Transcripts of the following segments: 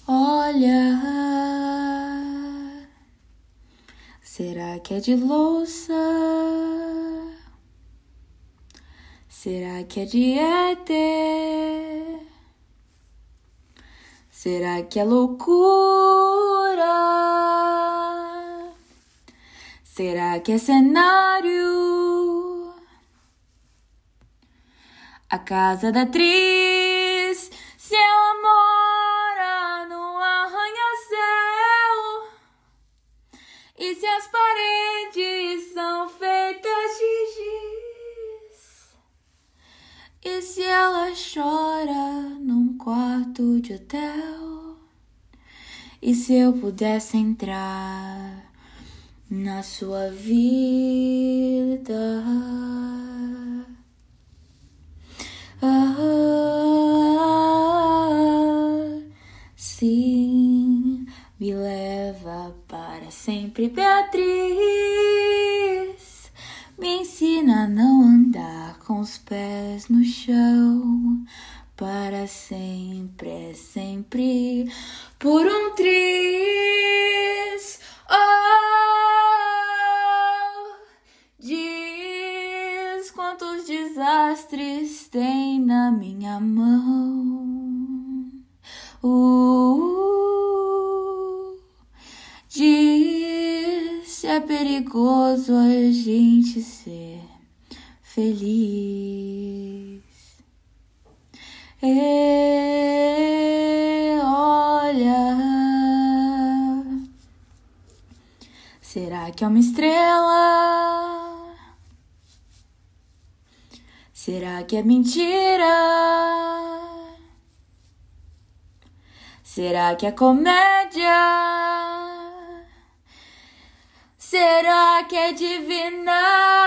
Olha, será que é de louça? Será que é de éter? Será que é loucura? Será que é cenário? A casa da atriz, se ela mora no arranha-céu, e se as paredes são feitas de giz, e se ela chora num quarto de hotel, e se eu pudesse entrar na sua vida? Sim, me leva para sempre, Beatriz. Me ensina a não andar com os pés no chão. Para sempre, é sempre por um triz. Oh, diz quantos desastres tem na minha mão. Diz se é perigoso a gente ser feliz. Olha, será que é uma estrela? Será que é mentira? Será que é comédia? Será que é divina?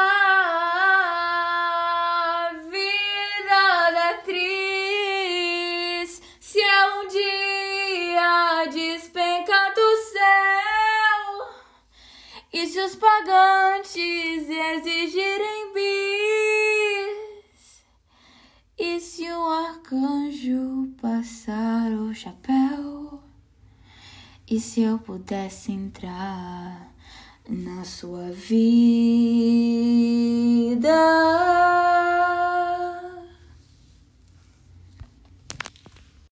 Vida da atriz, se ela um dia despenca do céu, e se os pagantes exigirem bis, e se um arcanjo passar o chapéu, e se eu pudesse entrar na sua vida?